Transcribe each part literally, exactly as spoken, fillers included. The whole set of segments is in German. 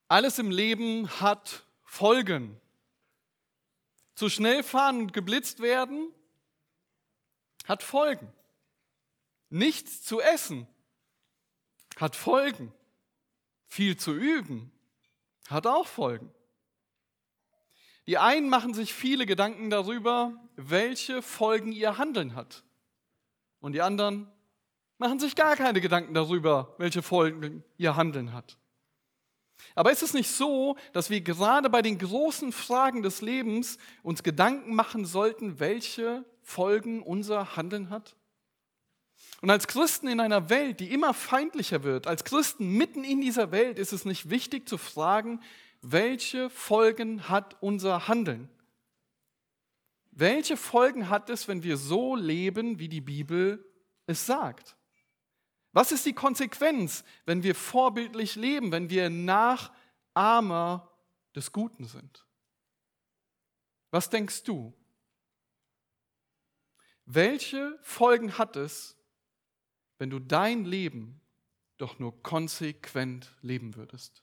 Alles im Leben hat Folgen. Zu schnell fahren und geblitzt werden hat Folgen. Nichts zu essen hat Folgen. Viel zu üben hat auch Folgen. Die einen machen sich viele Gedanken darüber, welche Folgen ihr Handeln hat. Und die anderen machen sich gar keine Gedanken darüber, welche Folgen ihr Handeln hat. Aber ist es nicht so, dass wir gerade bei den großen Fragen des Lebens uns Gedanken machen sollten, welche Folgen unser Handeln hat? Und als Christen in einer Welt, die immer feindlicher wird, als Christen mitten in dieser Welt, ist es nicht wichtig zu fragen, welche Folgen hat unser Handeln? Welche Folgen hat es, wenn wir so leben, wie die Bibel es sagt? Was ist die Konsequenz, wenn wir vorbildlich leben, wenn wir Nachahmer des Guten sind? Was denkst du? Welche Folgen hat es, wenn du dein Leben doch nur konsequent leben würdest?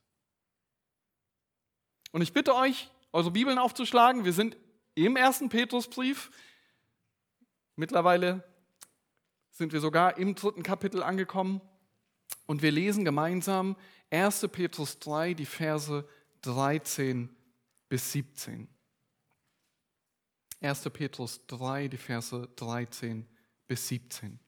Und ich bitte euch, eure Bibeln aufzuschlagen. Wir sind im ersten Petrusbrief. Mittlerweile sind wir sogar im dritten Kapitel angekommen. Und wir lesen gemeinsam erster Petrus drei, die Verse dreizehn bis siebzehn. erster Petrus drei, die Verse dreizehn bis siebzehn.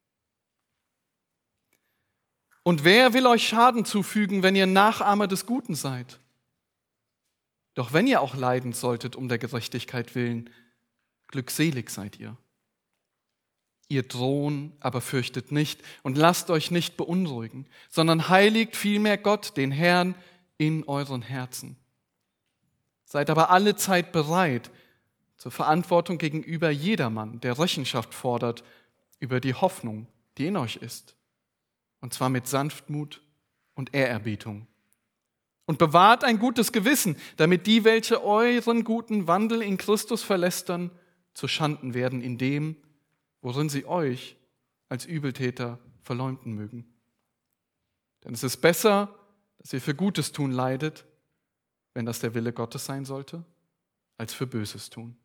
Und wer will euch Schaden zufügen, wenn ihr Nachahmer des Guten seid? Doch wenn ihr auch leiden solltet um der Gerechtigkeit willen, glückselig seid ihr. Ihr drohen, aber fürchtet nicht und lasst euch nicht beunruhigen, sondern heiligt vielmehr Gott, den Herrn, in euren Herzen. Seid aber alle Zeit bereit zur Verantwortung gegenüber jedermann, der Rechenschaft fordert über die Hoffnung, die in euch ist. Und zwar mit Sanftmut und Ehrerbietung. Und bewahrt ein gutes Gewissen, damit die, welche euren guten Wandel in Christus verlästern, zu Schanden werden in dem, worin sie euch als Übeltäter verleumden mögen. Denn es ist besser, dass ihr für Gutes tun leidet, wenn das der Wille Gottes sein sollte, als für Böses tun.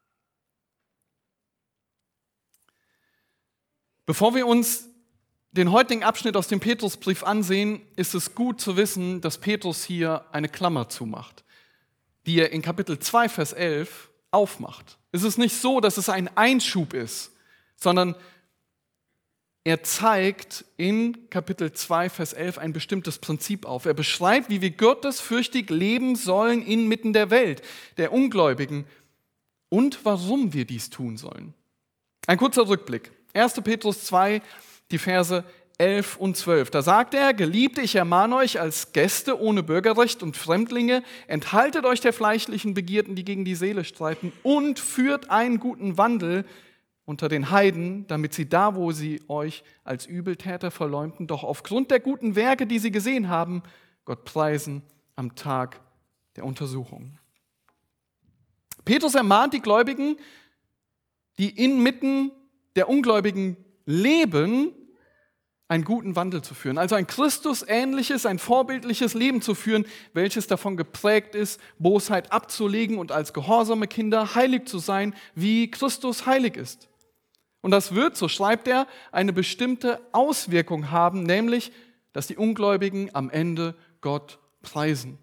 Bevor wir uns den heutigen Abschnitt aus dem Petrusbrief ansehen, ist es gut zu wissen, dass Petrus hier eine Klammer zumacht, die er in Kapitel zwei, Vers elf aufmacht. Es ist nicht so, dass es ein Einschub ist, sondern er zeigt in Kapitel zwei, Vers elf ein bestimmtes Prinzip auf. Er beschreibt, wie wir gottesfürchtig leben sollen inmitten der Welt, der Ungläubigen und warum wir dies tun sollen. Ein kurzer Rückblick. erster Petrus zwei, die Verse elf und zwölf. Da sagt er: Geliebte, ich ermahne euch als Gäste ohne Bürgerrecht und Fremdlinge, enthaltet euch der fleischlichen Begierden, die gegen die Seele streiten, und führt einen guten Wandel unter den Heiden, damit sie da, wo sie euch als Übeltäter verleumden, doch aufgrund der guten Werke, die sie gesehen haben, Gott preisen am Tag der Untersuchung. Petrus ermahnt die Gläubigen, die inmitten der Ungläubigen leben, einen guten Wandel zu führen. Also ein Christusähnliches, ein vorbildliches Leben zu führen, welches davon geprägt ist, Bosheit abzulegen und als gehorsame Kinder heilig zu sein, wie Christus heilig ist. Und das wird, so schreibt er, eine bestimmte Auswirkung haben, nämlich, dass die Ungläubigen am Ende Gott preisen.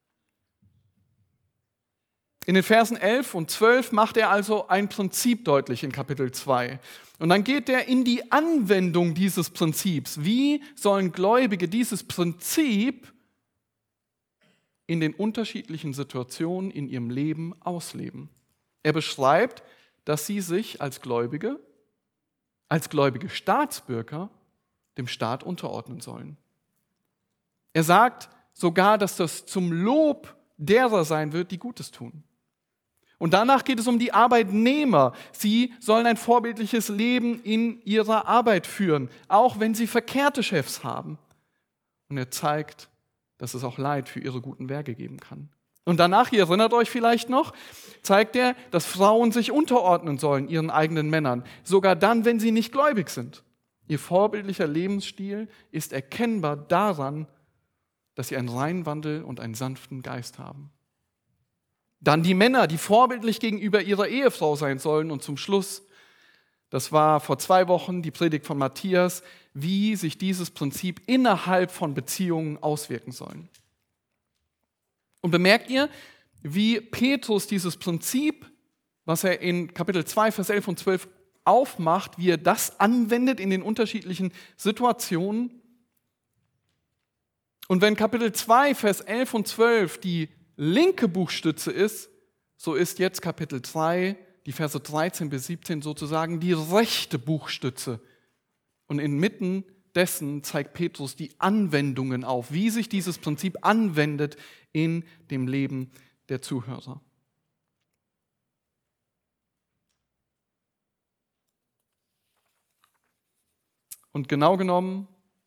In den Versen elf und zwölf macht er also ein Prinzip deutlich in Kapitel zwei. Und dann geht er in die Anwendung dieses Prinzips. Wie sollen Gläubige dieses Prinzip in den unterschiedlichen Situationen in ihrem Leben ausleben? Er beschreibt, dass sie sich als Gläubige, als gläubige Staatsbürger dem Staat unterordnen sollen. Er sagt sogar, dass das zum Lob derer sein wird, die Gutes tun. Und danach geht es um die Arbeitnehmer. Sie sollen ein vorbildliches Leben in ihrer Arbeit führen, auch wenn sie verkehrte Chefs haben. Und er zeigt, dass es auch Leid für ihre guten Werke geben kann. Und danach, ihr erinnert euch vielleicht noch, zeigt er, dass Frauen sich unterordnen sollen ihren eigenen Männern, sogar dann, wenn sie nicht gläubig sind. Ihr vorbildlicher Lebensstil ist erkennbar daran, dass sie einen reinen Wandel und einen sanften Geist haben. Dann die Männer, die vorbildlich gegenüber ihrer Ehefrau sein sollen. Und zum Schluss, das war vor zwei Wochen die Predigt von Matthias, wie sich dieses Prinzip innerhalb von Beziehungen auswirken sollen. Und bemerkt ihr, wie Petrus dieses Prinzip, was er in Kapitel zwei, Vers elf und zwölf aufmacht, wie er das anwendet in den unterschiedlichen Situationen. Und wenn Kapitel zwei, Vers elf und zwölf die linke Buchstütze ist, so ist jetzt Kapitel drei, die Verse dreizehn bis siebzehn sozusagen die rechte Buchstütze. Und inmitten dessen zeigt Petrus die Anwendungen auf, wie sich dieses Prinzip anwendet in dem Leben der Zuhörer. Und genau genommen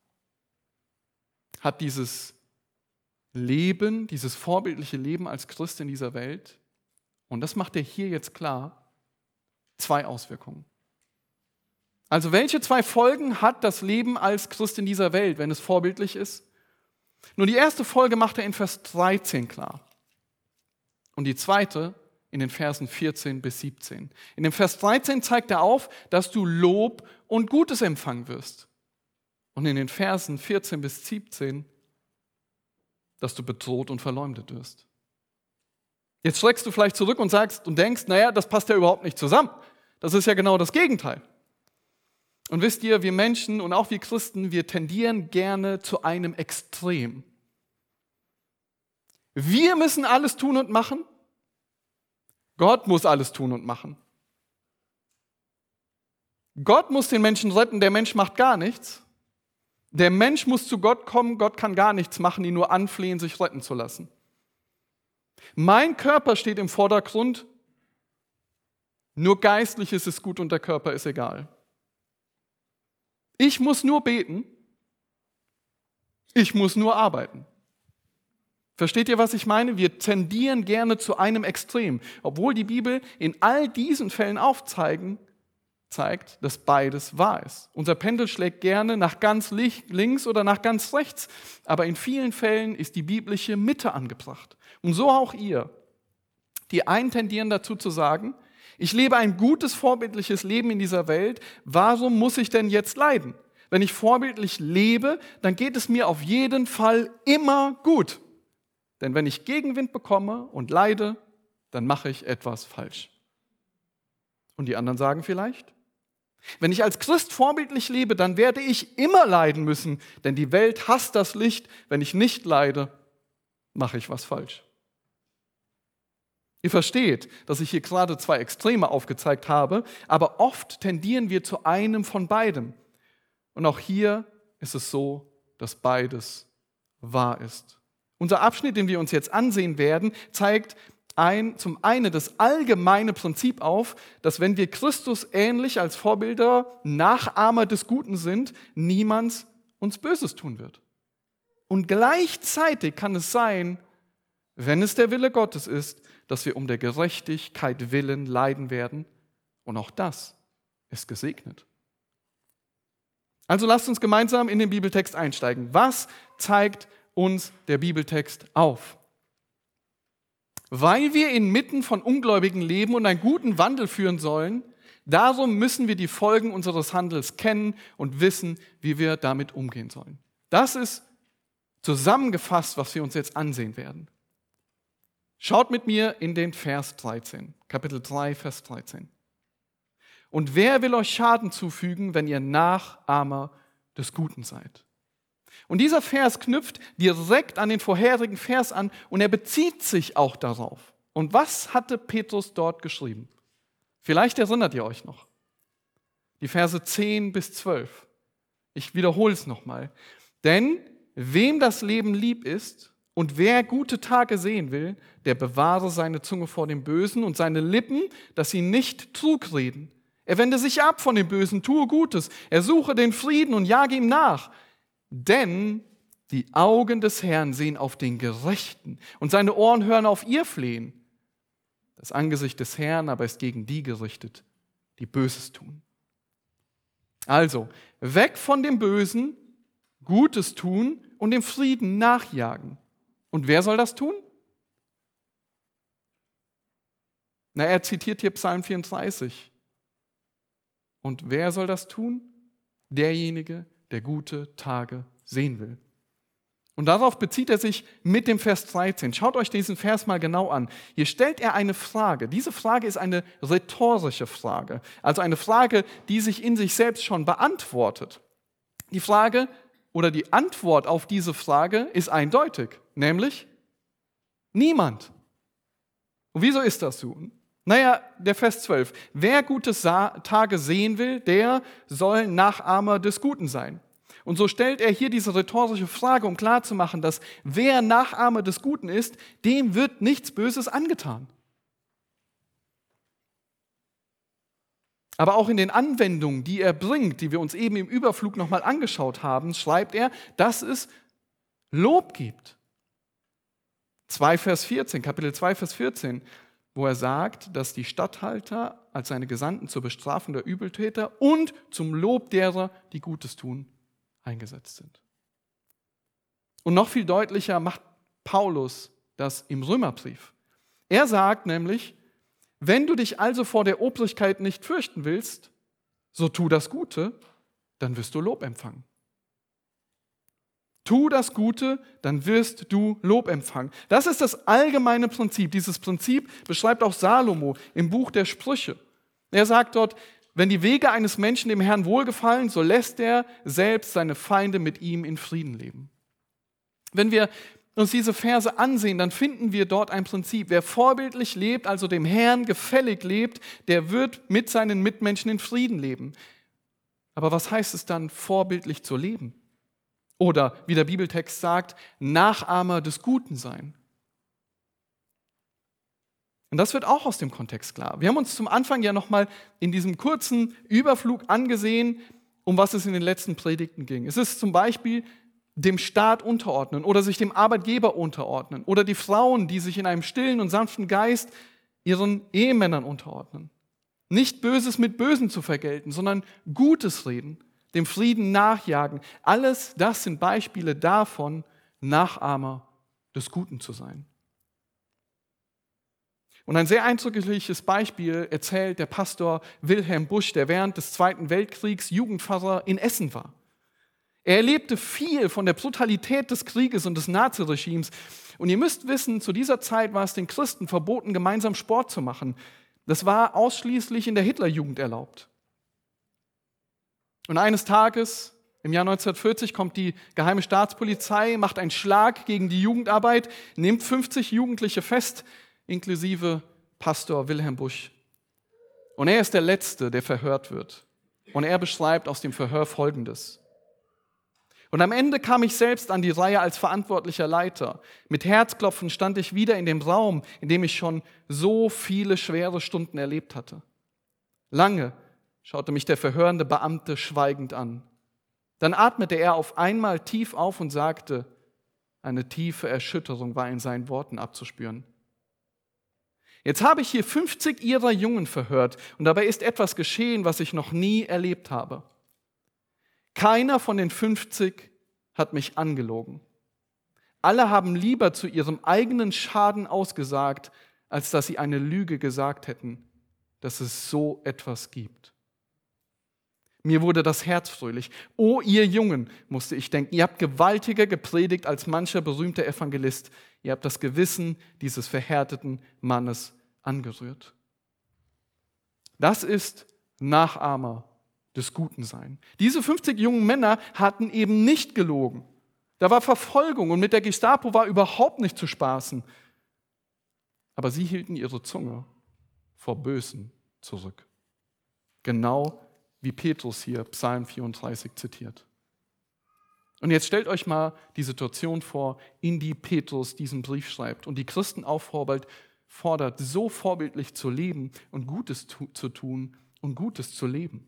hat dieses Leben, dieses vorbildliche Leben als Christ in dieser Welt, und das macht er hier jetzt klar, zwei Auswirkungen. Also welche zwei Folgen hat das Leben als Christ in dieser Welt, wenn es vorbildlich ist? Nur die erste Folge macht er in Vers dreizehn klar. Und die zweite in den Versen vierzehn bis siebzehn. In dem Vers dreizehn zeigt er auf, dass du Lob und Gutes empfangen wirst. Und in den Versen vierzehn bis siebzehn, dass du bedroht und verleumdet wirst. Jetzt schreckst du vielleicht zurück und sagst und denkst, naja, das passt ja überhaupt nicht zusammen. Das ist ja genau das Gegenteil. Und wisst ihr, wir Menschen und auch wir Christen, wir tendieren gerne zu einem Extrem. Wir müssen alles tun und machen. Gott muss alles tun und machen. Gott muss den Menschen retten, der Mensch macht gar nichts. Der Mensch muss zu Gott kommen, Gott kann gar nichts machen, ihn nur anflehen, sich retten zu lassen. Mein Körper steht im Vordergrund, nur Geistliches ist gut und der Körper ist egal. Ich muss nur beten, ich muss nur arbeiten. Versteht ihr, was ich meine? Wir tendieren gerne zu einem Extrem, obwohl die Bibel in all diesen Fällen aufzeigen, zeigt, dass beides wahr ist. Unser Pendel schlägt gerne nach ganz links oder nach ganz rechts, aber in vielen Fällen ist die biblische Mitte angebracht. Und so auch ihr. Die einen tendieren dazu zu sagen, ich lebe ein gutes, vorbildliches Leben in dieser Welt, warum muss ich denn jetzt leiden? Wenn ich vorbildlich lebe, dann geht es mir auf jeden Fall immer gut. Denn wenn ich Gegenwind bekomme und leide, dann mache ich etwas falsch. Und die anderen sagen vielleicht, wenn ich als Christ vorbildlich lebe, dann werde ich immer leiden müssen, denn die Welt hasst das Licht. Wenn ich nicht leide, mache ich was falsch. Ihr versteht, dass ich hier gerade zwei Extreme aufgezeigt habe, aber oft tendieren wir zu einem von beidem. Und auch hier ist es so, dass beides wahr ist. Unser Abschnitt, den wir uns jetzt ansehen werden, zeigt ein, zum einen das allgemeine Prinzip auf, dass wenn wir Christus ähnlich als Vorbilder, Nachahmer des Guten sind, niemand uns Böses tun wird. Und gleichzeitig kann es sein, wenn es der Wille Gottes ist, dass wir um der Gerechtigkeit willen leiden werden. Und auch das ist gesegnet. Also lasst uns gemeinsam in den Bibeltext einsteigen. Was zeigt uns der Bibeltext auf? Weil wir inmitten von Ungläubigen leben und einen guten Wandel führen sollen, darum müssen wir die Folgen unseres Handels kennen und wissen, wie wir damit umgehen sollen. Das ist zusammengefasst, was wir uns jetzt ansehen werden. Schaut mit mir in den Vers dreizehn, Kapitel drei, Vers dreizehn. Und wer will euch Schaden zufügen, wenn ihr Nachahmer des Guten seid? Und dieser Vers knüpft direkt an den vorherigen Vers an und er bezieht sich auch darauf. Und was hatte Petrus dort geschrieben? Vielleicht erinnert ihr euch noch. Die Verse zehn bis zwölf. Ich wiederhole es nochmal. Denn wem das Leben lieb ist und wer gute Tage sehen will, der bewahre seine Zunge vor dem Bösen und seine Lippen, dass sie nicht Trug reden. Er wende sich ab von dem Bösen, tue Gutes. Er suche den Frieden und jage ihm nach. Denn die Augen des Herrn sehen auf den Gerechten und seine Ohren hören auf ihr Flehen. Das Angesicht des Herrn aber ist gegen die gerichtet, die Böses tun. Also, weg von dem Bösen, Gutes tun und dem Frieden nachjagen. Und wer soll das tun? Na, er zitiert hier Psalm vierunddreißig. Und wer soll das tun? Derjenige, der gute Tage sehen will. Und darauf bezieht er sich mit dem Vers dreizehn. Schaut euch diesen Vers mal genau an. Hier stellt er eine Frage. Diese Frage ist eine rhetorische Frage. Also eine Frage, die sich in sich selbst schon beantwortet. Die Frage oder die Antwort auf diese Frage ist eindeutig. Nämlich niemand. Und wieso ist das so? Naja, der Vers zwölf. Wer gute Tage sehen will, der soll Nachahmer des Guten sein. Und so stellt er hier diese rhetorische Frage, um klarzumachen, dass wer Nachahmer des Guten ist, dem wird nichts Böses angetan. Aber auch in den Anwendungen, die er bringt, die wir uns eben im Überflug nochmal angeschaut haben, schreibt er, dass es Lob gibt. zwei Vers vierzehn, Kapitel zwei Vers vierzehn, wo er sagt, dass die Statthalter als seine Gesandten zur Bestrafung der Übeltäter und zum Lob derer, die Gutes tun, eingesetzt sind. Und noch viel deutlicher macht Paulus das im Römerbrief. Er sagt nämlich, wenn du dich also vor der Obrigkeit nicht fürchten willst, so tu das Gute, dann wirst du Lob empfangen. Tu das Gute, dann wirst du Lob empfangen. Das ist das allgemeine Prinzip. Dieses Prinzip beschreibt auch Salomo im Buch der Sprüche. Er sagt dort, wenn die Wege eines Menschen dem Herrn wohlgefallen, so lässt er selbst seine Feinde mit ihm in Frieden leben. Wenn wir uns diese Verse ansehen, dann finden wir dort ein Prinzip. Wer vorbildlich lebt, also dem Herrn gefällig lebt, der wird mit seinen Mitmenschen in Frieden leben. Aber was heißt es dann, vorbildlich zu leben? Oder, wie der Bibeltext sagt, Nachahmer des Guten sein. Und das wird auch aus dem Kontext klar. Wir haben uns zum Anfang ja nochmal in diesem kurzen Überflug angesehen, um was es in den letzten Predigten ging. Es ist zum Beispiel dem Staat unterordnen oder sich dem Arbeitgeber unterordnen oder die Frauen, die sich in einem stillen und sanften Geist ihren Ehemännern unterordnen. Nicht Böses mit Bösen zu vergelten, sondern Gutes reden, dem Frieden nachjagen. Alles das sind Beispiele davon, Nachahmer des Guten zu sein. Und ein sehr eindrückliches Beispiel erzählt der Pastor Wilhelm Busch, der während des Zweiten Weltkriegs Jugendpfarrer in Essen war. Er erlebte viel von der Brutalität des Krieges und des Naziregimes. Und ihr müsst wissen, zu dieser Zeit war es den Christen verboten, gemeinsam Sport zu machen. Das war ausschließlich in der Hitlerjugend erlaubt. Und eines Tages, im Jahr neunzehnhundertvierzig, kommt die geheime Staatspolizei, macht einen Schlag gegen die Jugendarbeit, nimmt fünfzig Jugendliche fest, inklusive Pastor Wilhelm Busch. Und er ist der Letzte, der verhört wird. Und er beschreibt aus dem Verhör Folgendes. Und am Ende kam ich selbst an die Reihe als verantwortlicher Leiter. Mit Herzklopfen stand ich wieder in dem Raum, in dem ich schon so viele schwere Stunden erlebt hatte. Lange schaute mich der verhörende Beamte schweigend an. Dann atmete er auf einmal tief auf und sagte, eine tiefe Erschütterung war in seinen Worten abzuspüren. Jetzt habe ich hier fünfzig ihrer Jungen verhört und dabei ist etwas geschehen, was ich noch nie erlebt habe. Keiner von den fünfzig hat mich angelogen. Alle haben lieber zu ihrem eigenen Schaden ausgesagt, als dass sie eine Lüge gesagt hätten, dass es so etwas gibt. Mir wurde das Herz fröhlich. O ihr Jungen, musste ich denken, ihr habt gewaltiger gepredigt als mancher berühmter Evangelist. Ihr habt das Gewissen dieses verhärteten Mannes angerührt. Das ist Nachahmer des Guten sein. Diese fünfzig jungen Männer hatten eben nicht gelogen. Da war Verfolgung und mit der Gestapo war überhaupt nicht zu spaßen. Aber sie hielten ihre Zunge vor Bösen zurück. Genau wie Petrus hier Psalm vierunddreißig zitiert. Und jetzt stellt euch mal die Situation vor, in die Petrus diesen Brief schreibt und die Christen auffordert, fordert, so vorbildlich zu leben und Gutes tu- zu tun und Gutes zu leben.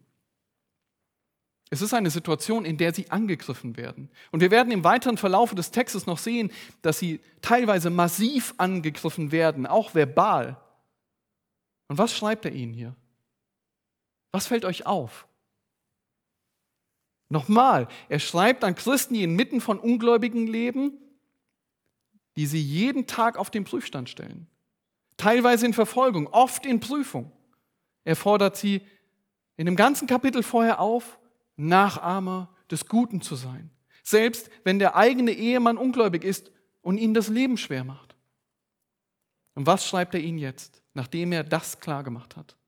Es ist eine Situation, in der sie angegriffen werden. Und wir werden im weiteren Verlauf des Textes noch sehen, dass sie teilweise massiv angegriffen werden, auch verbal. Und was schreibt er ihnen hier? Was fällt euch auf? Nochmal, er schreibt an Christen, die inmitten von Ungläubigen leben, die sie jeden Tag auf den Prüfstand stellen. Teilweise in Verfolgung, oft in Prüfung. Er fordert sie in dem ganzen Kapitel vorher auf, Nachahmer des Guten zu sein. Selbst wenn der eigene Ehemann ungläubig ist und ihnen das Leben schwer macht. Und was schreibt er ihnen jetzt, nachdem er das klar gemacht hat?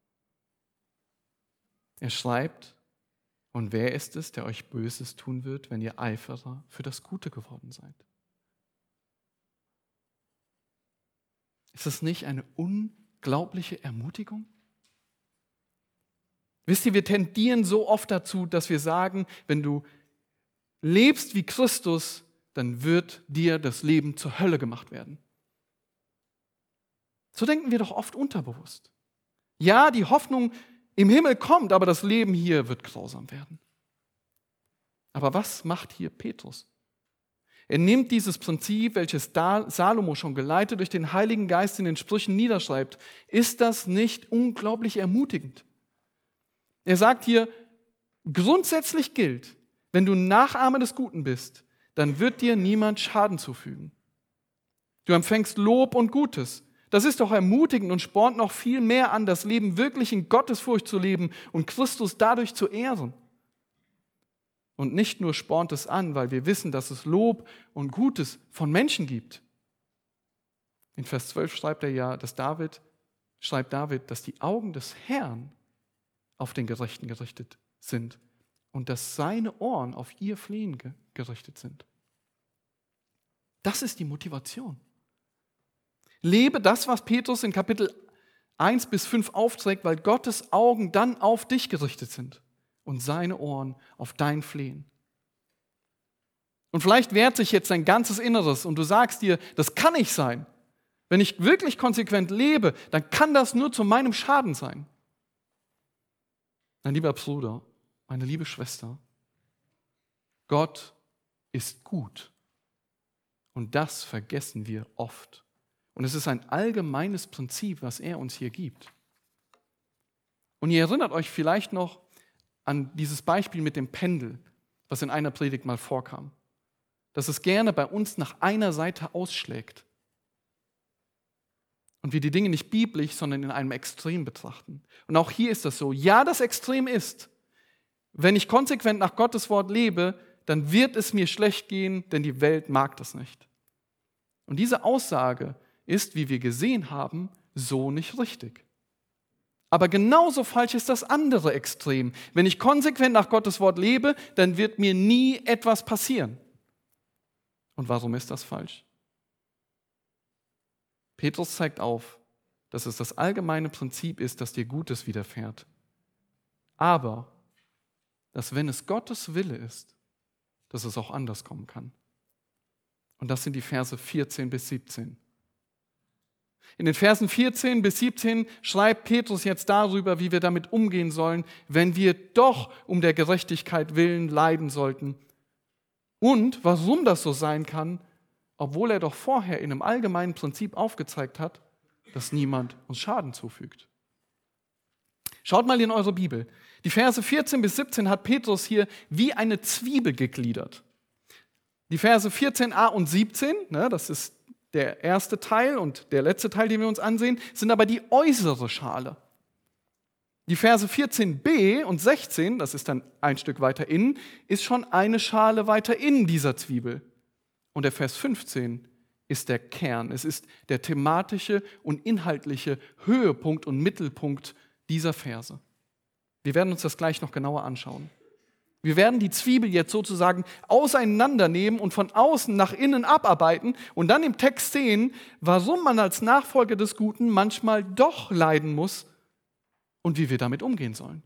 Er schreibt, und wer ist es, der euch Böses tun wird, wenn ihr Eiferer für das Gute geworden seid? Ist das nicht eine unglaubliche Ermutigung? Wisst ihr, wir tendieren so oft dazu, dass wir sagen, wenn du lebst wie Christus, dann wird dir das Leben zur Hölle gemacht werden. So denken wir doch oft unterbewusst. Ja, die Hoffnung im Himmel kommt, aber das Leben hier wird grausam werden. Aber was macht hier Petrus? Er nimmt dieses Prinzip, welches Salomo schon geleitet durch den Heiligen Geist in den Sprüchen niederschreibt. Ist das nicht unglaublich ermutigend? Er sagt hier, grundsätzlich gilt, wenn du Nachahmer des Guten bist, dann wird dir niemand Schaden zufügen. Du empfängst Lob und Gutes. Das ist doch ermutigend und spornt noch viel mehr an, das Leben wirklich in Gottesfurcht zu leben und Christus dadurch zu ehren. Und nicht nur spornt es an, weil wir wissen, dass es Lob und Gutes von Menschen gibt. In Vers zwölf schreibt er ja, dass David, schreibt David, dass die Augen des Herrn auf den Gerechten gerichtet sind und dass seine Ohren auf ihr Flehen gerichtet sind. Das ist die Motivation. Lebe das, was Petrus in Kapitel eins bis fünf aufträgt, weil Gottes Augen dann auf dich gerichtet sind und seine Ohren auf dein Flehen. Und vielleicht wehrt sich jetzt dein ganzes Inneres und du sagst dir, das kann nicht sein. Wenn ich wirklich konsequent lebe, dann kann das nur zu meinem Schaden sein. Mein lieber Bruder, meine liebe Schwester, Gott ist gut. Und das vergessen wir oft. Und es ist ein allgemeines Prinzip, was er uns hier gibt. Und ihr erinnert euch vielleicht noch an dieses Beispiel mit dem Pendel, was in einer Predigt mal vorkam. Dass es gerne bei uns nach einer Seite ausschlägt. Und wir die Dinge nicht biblisch, sondern in einem Extrem betrachten. Und auch hier ist das so. Ja, das Extrem ist, wenn ich konsequent nach Gottes Wort lebe, dann wird es mir schlecht gehen, denn die Welt mag das nicht. Und diese Aussage ist, wie wir gesehen haben, so nicht richtig. Aber genauso falsch ist das andere Extrem. Wenn ich konsequent nach Gottes Wort lebe, dann wird mir nie etwas passieren. Und warum ist das falsch? Petrus zeigt auf, dass es das allgemeine Prinzip ist, dass dir Gutes widerfährt. Aber, dass wenn es Gottes Wille ist, dass es auch anders kommen kann. Und das sind die Verse vierzehn bis siebzehn. In den Versen vierzehn bis siebzehn schreibt Petrus jetzt darüber, wie wir damit umgehen sollen, wenn wir doch um der Gerechtigkeit willen leiden sollten. Und warum das so sein kann, obwohl er doch vorher in einem allgemeinen Prinzip aufgezeigt hat, dass niemand uns Schaden zufügt. Schaut mal in eure Bibel. Die Verse vierzehn bis siebzehn hat Petrus hier wie eine Zwiebel gegliedert. Die Verse vierzehn a und siebzehn, ne, das ist der erste Teil und der letzte Teil, den wir uns ansehen, sind aber die äußere Schale. Die Verse vierzehn b und sechzehn, das ist dann ein Stück weiter innen, ist schon eine Schale weiter innen dieser Zwiebel. Und der Vers fünfzehn ist der Kern. Es ist der thematische und inhaltliche Höhepunkt und Mittelpunkt dieser Verse. Wir werden uns das gleich noch genauer anschauen. Wir werden die Zwiebel jetzt sozusagen auseinandernehmen und von außen nach innen abarbeiten und dann im Text sehen, warum man als Nachfolger des Guten manchmal doch leiden muss und wie wir damit umgehen sollen.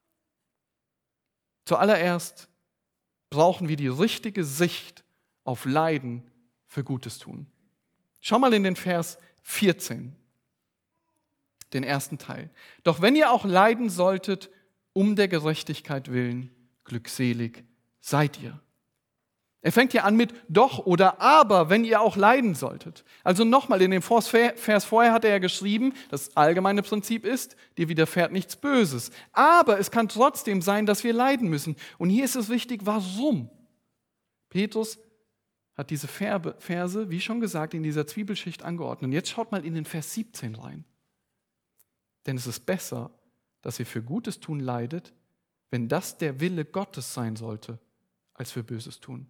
Zuallererst brauchen wir die richtige Sicht auf Leiden für Gutes tun. Schau mal in den Vers vierzehn, den ersten Teil. Doch wenn ihr auch leiden solltet, um der Gerechtigkeit willen, glückselig seid ihr. Er fängt hier an mit doch oder aber, wenn ihr auch leiden solltet. Also nochmal, in dem Vers vorher hat er ja geschrieben, das allgemeine Prinzip ist, dir widerfährt nichts Böses. Aber es kann trotzdem sein, dass wir leiden müssen. Und hier ist es wichtig, warum? Petrus hat diese Verse, wie schon gesagt, in dieser Zwiebelschicht angeordnet. Und jetzt schaut mal in den Vers siebzehn rein. Denn es ist besser, dass ihr für Gutes tun leidet, wenn das der Wille Gottes sein sollte, als für Böses tun.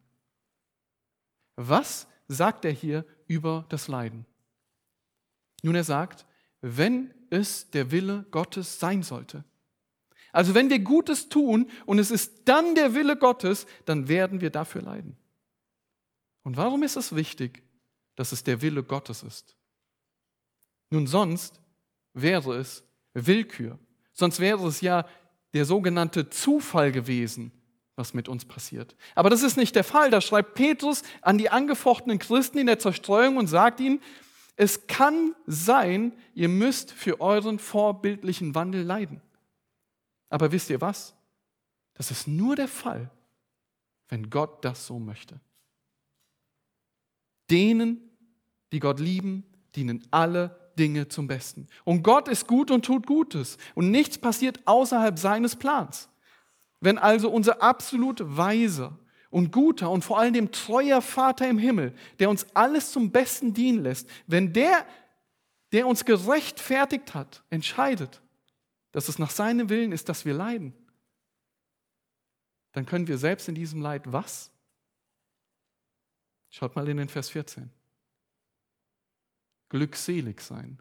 Was sagt er hier über das Leiden? Nun, er sagt, wenn es der Wille Gottes sein sollte. Also wenn wir Gutes tun und es ist dann der Wille Gottes, dann werden wir dafür leiden. Und warum ist es wichtig, dass es der Wille Gottes ist? Nun, sonst wäre es Willkür. Sonst wäre es ja der sogenannte Zufall gewesen, was mit uns passiert. Aber das ist nicht der Fall. Da schreibt Petrus an die angefochtenen Christen in der Zerstreuung und sagt ihnen, es kann sein, ihr müsst für euren vorbildlichen Wandel leiden. Aber wisst ihr was? Das ist nur der Fall, wenn Gott das so möchte. Denen, die Gott lieben, dienen alle Dinge zum Besten. Und Gott ist gut und tut Gutes. Und nichts passiert außerhalb seines Plans. Wenn also unser absolut weiser und guter und vor allem treuer Vater im Himmel, der uns alles zum Besten dienen lässt, wenn der, der uns gerechtfertigt hat, entscheidet, dass es nach seinem Willen ist, dass wir leiden, dann können wir selbst in diesem Leid was? Schaut mal in den Vers vierzehn. Glückselig sein.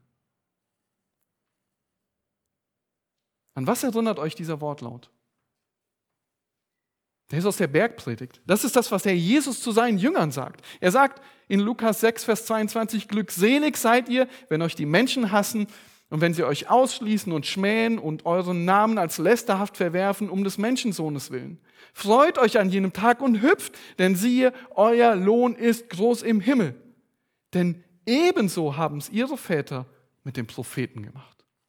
An was erinnert euch dieser Wortlaut? Der ist aus der Bergpredigt. Das ist das, was Herr Jesus zu seinen Jüngern sagt. Er sagt in Lukas sechs, Vers zweiundzwanzig, glückselig seid ihr, wenn euch die Menschen hassen und wenn sie euch ausschließen und schmähen und euren Namen als lästerhaft verwerfen, um des Menschensohnes willen. Freut euch an jenem Tag und hüpft, denn siehe, euer Lohn ist groß im Himmel. Denn ebenso haben es ihre Väter mit den Propheten gemacht.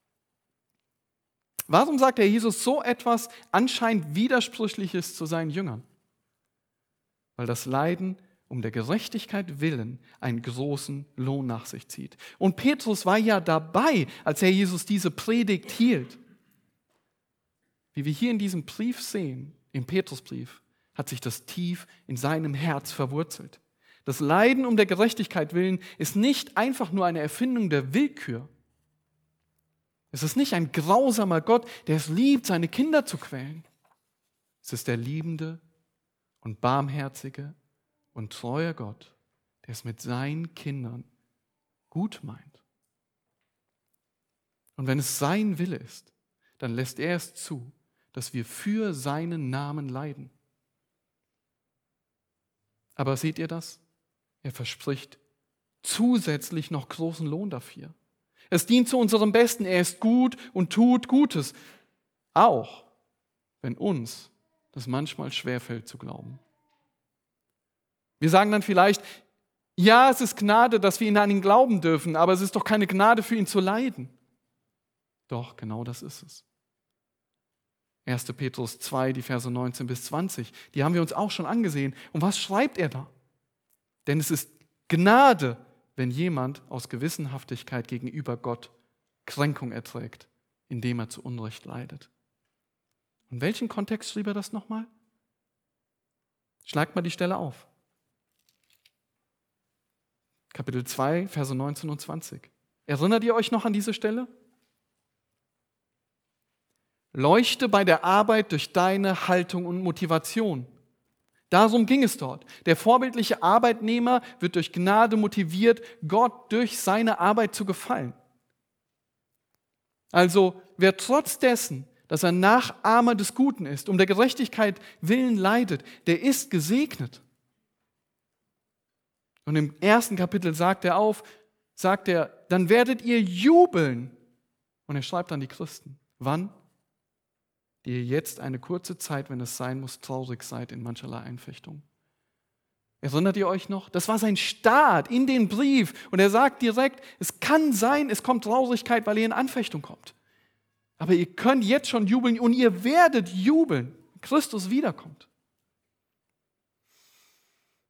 Warum sagt Herr Jesus so etwas anscheinend Widersprüchliches zu seinen Jüngern? Weil das Leiden um der Gerechtigkeit willen einen großen Lohn nach sich zieht. Und Petrus war ja dabei, als Herr Jesus diese Predigt hielt. Wie wir hier in diesem Brief sehen, im Petrusbrief, hat sich das tief in seinem Herz verwurzelt. Das Leiden um der Gerechtigkeit willen ist nicht einfach nur eine Erfindung der Willkür. Es ist nicht ein grausamer Gott, der es liebt, seine Kinder zu quälen. Es ist der liebende und barmherzige und treue Gott, der es mit seinen Kindern gut meint. Und wenn es sein Wille ist, dann lässt er es zu, dass wir für seinen Namen leiden. Aber seht ihr das? Er verspricht zusätzlich noch großen Lohn dafür. Es dient zu unserem Besten. Er ist gut und tut Gutes. Auch wenn uns das manchmal schwerfällt zu glauben. Wir sagen dann vielleicht, ja, es ist Gnade, dass wir an ihn glauben dürfen, aber es ist doch keine Gnade für ihn zu leiden. Doch, genau das ist es. erster Petrus zwei, die Verse neunzehn bis zwanzig, die haben wir uns auch schon angesehen. Und was schreibt er da? Denn es ist Gnade, wenn jemand aus Gewissenhaftigkeit gegenüber Gott Kränkung erträgt, indem er zu Unrecht leidet. In welchem Kontext schrieb er das nochmal? Schlagt mal die Stelle auf. Kapitel zwei, Verse neunzehn und zwanzig. Erinnert ihr euch noch an diese Stelle? Leuchte bei der Arbeit durch deine Haltung und Motivation. Darum ging es dort. Der vorbildliche Arbeitnehmer wird durch Gnade motiviert, Gott durch seine Arbeit zu gefallen. Also wer trotz dessen, dass er Nachahmer des Guten ist, um der Gerechtigkeit willen leidet, der ist gesegnet. Und im ersten Kapitel sagt er auf, sagt er, dann werdet ihr jubeln. Und er schreibt an die Christen. Wann? Die ihr jetzt eine kurze Zeit, wenn es sein muss, traurig seid in mancherlei Einfechtung. Erinnert ihr euch noch? Das war sein Start in den Brief. Und er sagt direkt, es kann sein, es kommt Traurigkeit, weil ihr in Anfechtung kommt. Aber ihr könnt jetzt schon jubeln und ihr werdet jubeln, wenn Christus wiederkommt.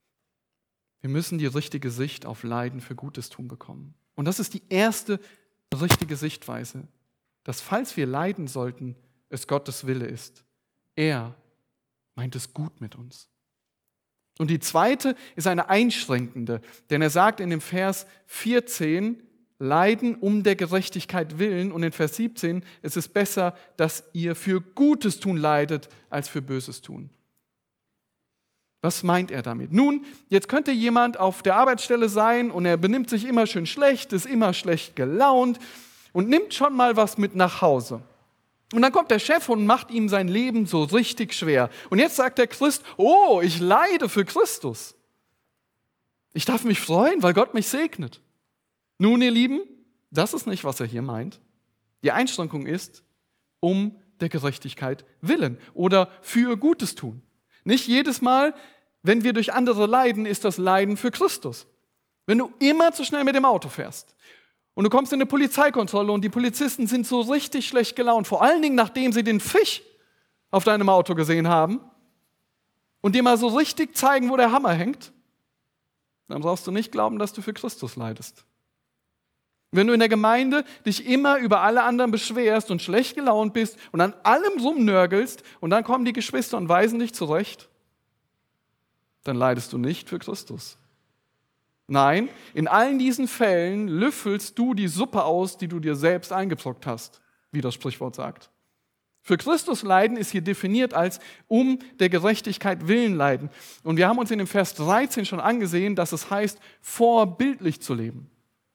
Wir müssen die richtige Sicht auf Leiden für Gutes tun bekommen. Und das ist die erste richtige Sichtweise, dass falls wir leiden sollten, es Gottes Wille ist. Er meint es gut mit uns. Und die zweite ist eine einschränkende, denn er sagt in dem Vers vierzehn, Leiden um der Gerechtigkeit willen, und in Vers siebzehn, es ist besser, dass ihr für Gutes tun leidet, als für Böses tun. Was meint er damit? Nun, jetzt könnte jemand auf der Arbeitsstelle sein und er benimmt sich immer schön schlecht, ist immer schlecht gelaunt und nimmt schon mal was mit nach Hause. Und dann kommt der Chef und macht ihm sein Leben so richtig schwer. Und jetzt sagt der Christ, oh, ich leide für Christus. Ich darf mich freuen, weil Gott mich segnet. Nun, ihr Lieben, das ist nicht, was er hier meint. Die Einschränkung ist, um der Gerechtigkeit willen oder für Gutes tun. Nicht jedes Mal, wenn wir durch andere leiden, ist das Leiden für Christus. Wenn du immer zu schnell mit dem Auto fährst und du kommst in eine Polizeikontrolle und die Polizisten sind so richtig schlecht gelaunt, vor allen Dingen, nachdem sie den Fisch auf deinem Auto gesehen haben und dir mal so richtig zeigen, wo der Hammer hängt, dann brauchst du nicht glauben, dass du für Christus leidest. Wenn du in der Gemeinde dich immer über alle anderen beschwerst und schlecht gelaunt bist und an allem rumnörgelst und dann kommen die Geschwister und weisen dich zurecht, dann leidest du nicht für Christus. Nein, in allen diesen Fällen löffelst du die Suppe aus, die du dir selbst eingepflockt hast, wie das Sprichwort sagt. Für Christus leiden ist hier definiert als um der Gerechtigkeit willen leiden. Und wir haben uns in dem Vers dreizehn schon angesehen, dass es heißt, vorbildlich zu leben.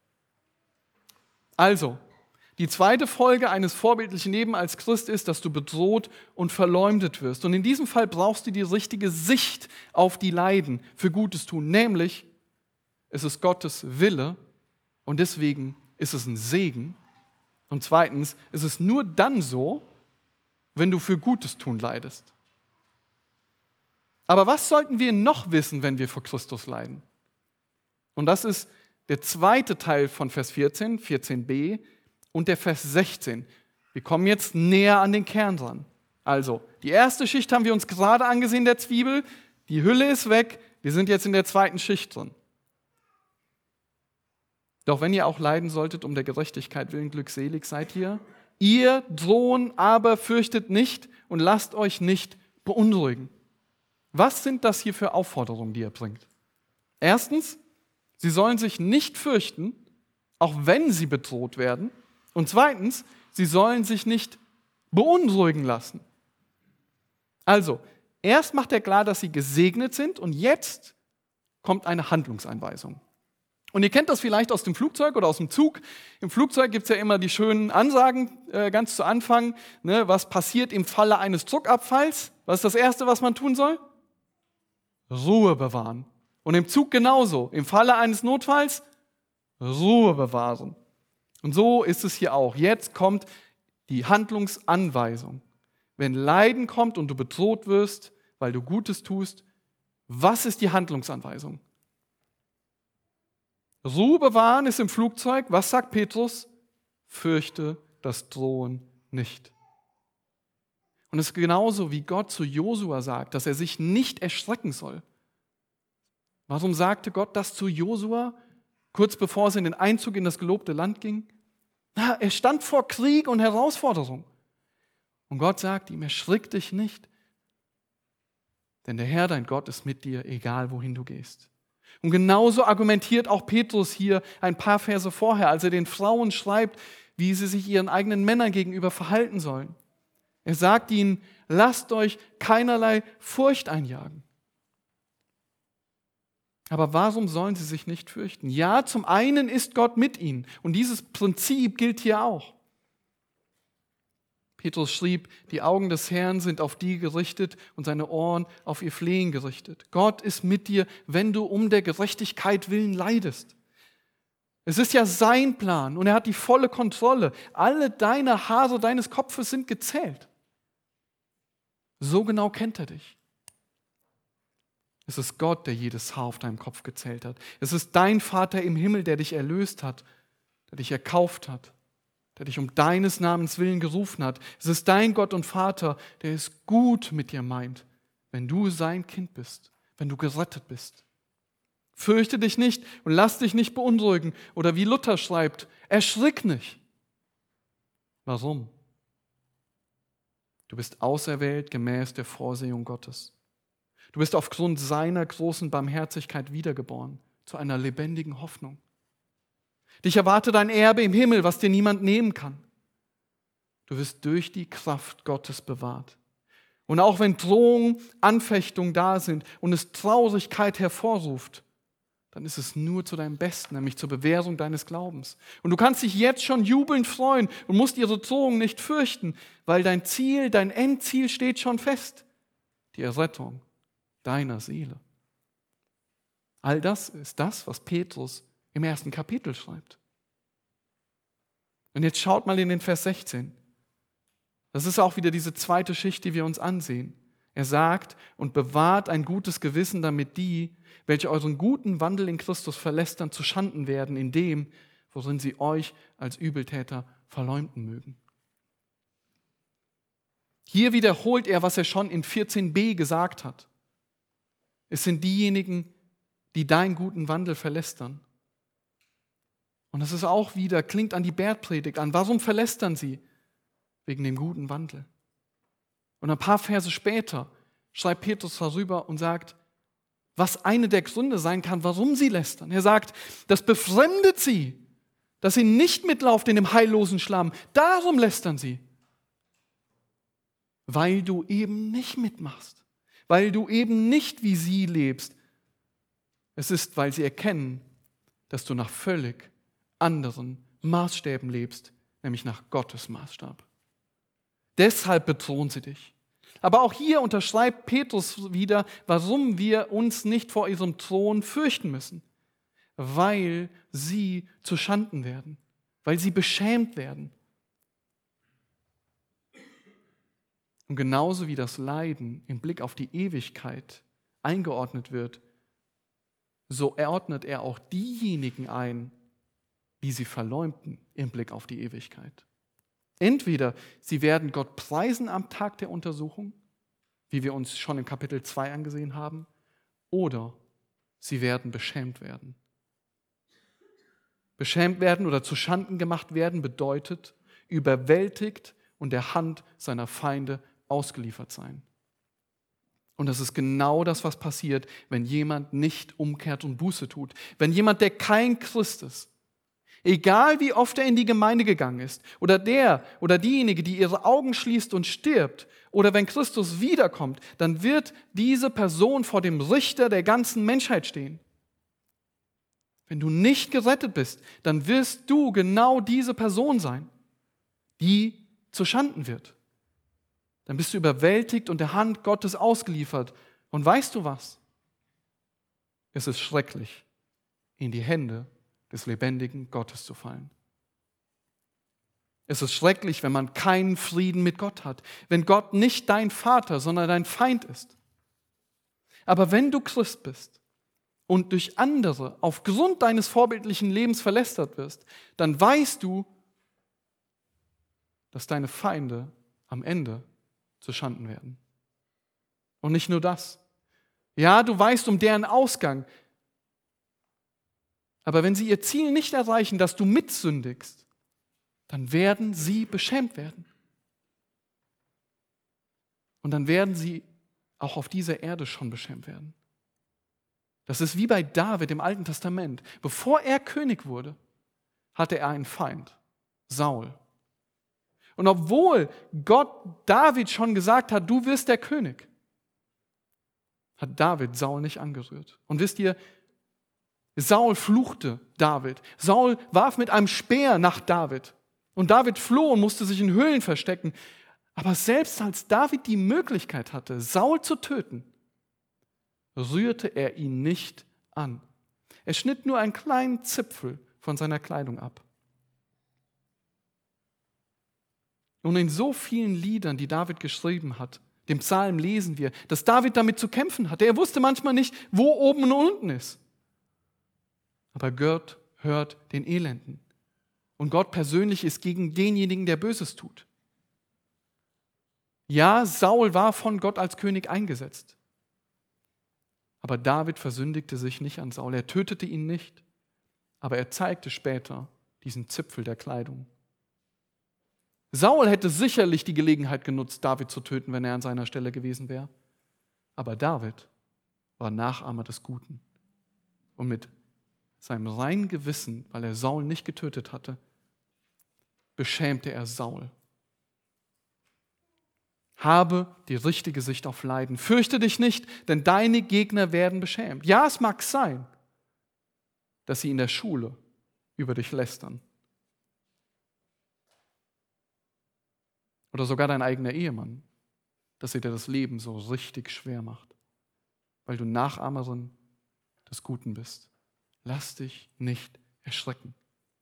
Also, die zweite Folge eines vorbildlichen Lebens als Christ ist, dass du bedroht und verleumdet wirst. Und in diesem Fall brauchst du die richtige Sicht auf die Leiden für Gutes tun. Nämlich, es ist Gottes Wille und deswegen ist es ein Segen. Und zweitens, es ist nur dann so, wenn du für Gutes tun leidest. Aber was sollten wir noch wissen, wenn wir vor Christus leiden? Und das ist der zweite Teil von Vers vierzehn, vierzehn b und der Vers sechzehn. Wir kommen jetzt näher an den Kern dran. Also, die erste Schicht haben wir uns gerade angesehen, der Zwiebel. Die Hülle ist weg. Wir sind jetzt in der zweiten Schicht drin. Doch wenn ihr auch leiden solltet, um der Gerechtigkeit willen, glückselig seid ihr. Ihr drohen aber fürchtet nicht und lasst euch nicht beunruhigen. Was sind das hier für Aufforderungen, die er bringt? Erstens, sie sollen sich nicht fürchten, auch wenn sie bedroht werden. Und zweitens, sie sollen sich nicht beunruhigen lassen. Also, erst macht er klar, dass sie gesegnet sind und jetzt kommt eine Handlungsanweisung. Und ihr kennt das vielleicht aus dem Flugzeug oder aus dem Zug. Im Flugzeug gibt es ja immer die schönen Ansagen äh, ganz zu Anfang. Ne, was passiert im Falle eines Druckabfalls? Was ist das Erste, was man tun soll? Ruhe bewahren. Und im Zug genauso. Im Falle eines Notfalls Ruhe bewahren. Und so ist es hier auch. Jetzt kommt die Handlungsanweisung. Wenn Leiden kommt und du bedroht wirst, weil du Gutes tust, was ist die Handlungsanweisung? Ruhe bewahren ist im Flugzeug. Was sagt Petrus? Fürchte das Drohen nicht. Und es ist genauso, wie Gott zu Josua sagt, dass er sich nicht erschrecken soll. Warum sagte Gott das zu Josua, kurz bevor es in den Einzug in das gelobte Land ging? Na, er stand vor Krieg und Herausforderung. Und Gott sagt ihm, erschrick dich nicht, denn der Herr, dein Gott, ist mit dir, egal wohin du gehst. Und genauso argumentiert auch Petrus hier ein paar Verse vorher, als er den Frauen schreibt, wie sie sich ihren eigenen Männern gegenüber verhalten sollen. Er sagt ihnen, lasst euch keinerlei Furcht einjagen. Aber warum sollen sie sich nicht fürchten? Ja, zum einen ist Gott mit ihnen und dieses Prinzip gilt hier auch. Petrus schrieb, die Augen des Herrn sind auf die gerichtet und seine Ohren auf ihr Flehen gerichtet. Gott ist mit dir, wenn du um der Gerechtigkeit willen leidest. Es ist ja sein Plan und er hat die volle Kontrolle. Alle deine Haare deines Kopfes sind gezählt. So genau kennt er dich. Es ist Gott, der jedes Haar auf deinem Kopf gezählt hat. Es ist dein Vater im Himmel, der dich erlöst hat, der dich erkauft hat, der dich um deines Namens willen gerufen hat. Es ist dein Gott und Vater, der es gut mit dir meint, wenn du sein Kind bist, wenn du gerettet bist. Fürchte dich nicht und lass dich nicht beunruhigen. Oder wie Luther schreibt, erschrick nicht. Warum? Du bist auserwählt gemäß der Vorsehung Gottes. Du bist aufgrund seiner großen Barmherzigkeit wiedergeboren zu einer lebendigen Hoffnung. Dich erwartet ein Erbe im Himmel, was dir niemand nehmen kann. Du wirst durch die Kraft Gottes bewahrt. Und auch wenn Drohungen, Anfechtungen da sind und es Traurigkeit hervorruft, dann ist es nur zu deinem Besten, nämlich zur Bewährung deines Glaubens. Und du kannst dich jetzt schon jubelnd freuen und musst ihre Drohungen nicht fürchten, weil dein Ziel, dein Endziel steht schon fest. Die Errettung deiner Seele. All das ist das, was Petrus im ersten Kapitel schreibt. Und jetzt schaut mal in den Vers sechzehn. Das ist auch wieder diese zweite Schicht, die wir uns ansehen. Er sagt, und bewahrt ein gutes Gewissen, damit die, welche euren guten Wandel in Christus verlästern, zu Schanden werden in dem, worin sie euch als Übeltäter verleumden mögen. Hier wiederholt er, was er schon in vierzehn b gesagt hat. Es sind diejenigen, die deinen guten Wandel verlästern. Und das ist auch wieder, klingt an die Bergpredigt an. Warum verlästern sie? Wegen dem guten Wandel. Und ein paar Verse später schreibt Petrus darüber und sagt, was eine der Gründe sein kann, warum sie lästern. Er sagt, das befremdet sie, dass sie nicht mitlaufen in dem heillosen Schlamm. Darum lästern sie. Weil du eben nicht mitmachst. Weil du eben nicht wie sie lebst. Es ist, weil sie erkennen, dass du nach völlig anderen Maßstäben lebst, nämlich nach Gottes Maßstab. Deshalb bedrohen sie dich. Aber auch hier unterschreibt Petrus wieder, warum wir uns nicht vor ihrem Thron fürchten müssen. Weil sie zu Schanden werden, weil sie beschämt werden. Und genauso wie das Leiden im Blick auf die Ewigkeit eingeordnet wird, so ordnet er auch diejenigen ein, die sie verleumden im Blick auf die Ewigkeit. Entweder sie werden Gott preisen am Tag der Untersuchung, wie wir uns schon im Kapitel zwei angesehen haben, oder sie werden beschämt werden. Beschämt werden oder zu Schanden gemacht werden bedeutet, überwältigt und der Hand seiner Feinde ausgeliefert sein. Und das ist genau das, was passiert, wenn jemand nicht umkehrt und Buße tut. Wenn jemand, der kein Christ ist, egal wie oft er in die Gemeinde gegangen ist, oder der oder diejenige, die ihre Augen schließt und stirbt, oder wenn Christus wiederkommt, dann wird diese Person vor dem Richter der ganzen Menschheit stehen. Wenn du nicht gerettet bist, dann wirst du genau diese Person sein, die zu Schanden wird. Dann bist du überwältigt und der Hand Gottes ausgeliefert. Und weißt du was? Es ist schrecklich, in die Hände des lebendigen Gottes zu fallen. Es ist schrecklich, wenn man keinen Frieden mit Gott hat, wenn Gott nicht dein Vater, sondern dein Feind ist. Aber wenn du Christ bist und durch andere aufgrund deines vorbildlichen Lebens verlästert wirst, dann weißt du, dass deine Feinde am Ende zu Schanden werden. Und nicht nur das. Ja, du weißt um deren Ausgang. Aber wenn sie ihr Ziel nicht erreichen, dass du mitsündigst, dann werden sie beschämt werden. Und dann werden sie auch auf dieser Erde schon beschämt werden. Das ist wie bei David im Alten Testament. Bevor er König wurde, hatte er einen Feind, Saul. Und obwohl Gott David schon gesagt hat, du wirst der König, hat David Saul nicht angerührt. Und wisst ihr, Saul fluchte David. Saul warf mit einem Speer nach David. Und David floh und musste sich in Höhlen verstecken. Aber selbst als David die Möglichkeit hatte, Saul zu töten, rührte er ihn nicht an. Er schnitt nur einen kleinen Zipfel von seiner Kleidung ab. Und in so vielen Liedern, die David geschrieben hat, dem Psalm lesen wir, dass David damit zu kämpfen hatte. Er wusste manchmal nicht, wo oben und unten ist. Aber Gott hört den Elenden. Und Gott persönlich ist gegen denjenigen, der Böses tut. Ja, Saul war von Gott als König eingesetzt. Aber David versündigte sich nicht an Saul. Er tötete ihn nicht, aber er zeigte später diesen Zipfel der Kleidung. Saul hätte sicherlich die Gelegenheit genutzt, David zu töten, wenn er an seiner Stelle gewesen wäre. Aber David war Nachahmer des Guten. Und mit seinem reinen Gewissen, weil er Saul nicht getötet hatte, beschämte er Saul. Habe die richtige Sicht auf Leiden. Fürchte dich nicht, denn deine Gegner werden beschämt. Ja, es mag sein, dass sie in der Schule über dich lästern. Oder sogar dein eigener Ehemann, dass er dir das Leben so richtig schwer macht, weil du Nachahmerin des Guten bist. Lass dich nicht erschrecken.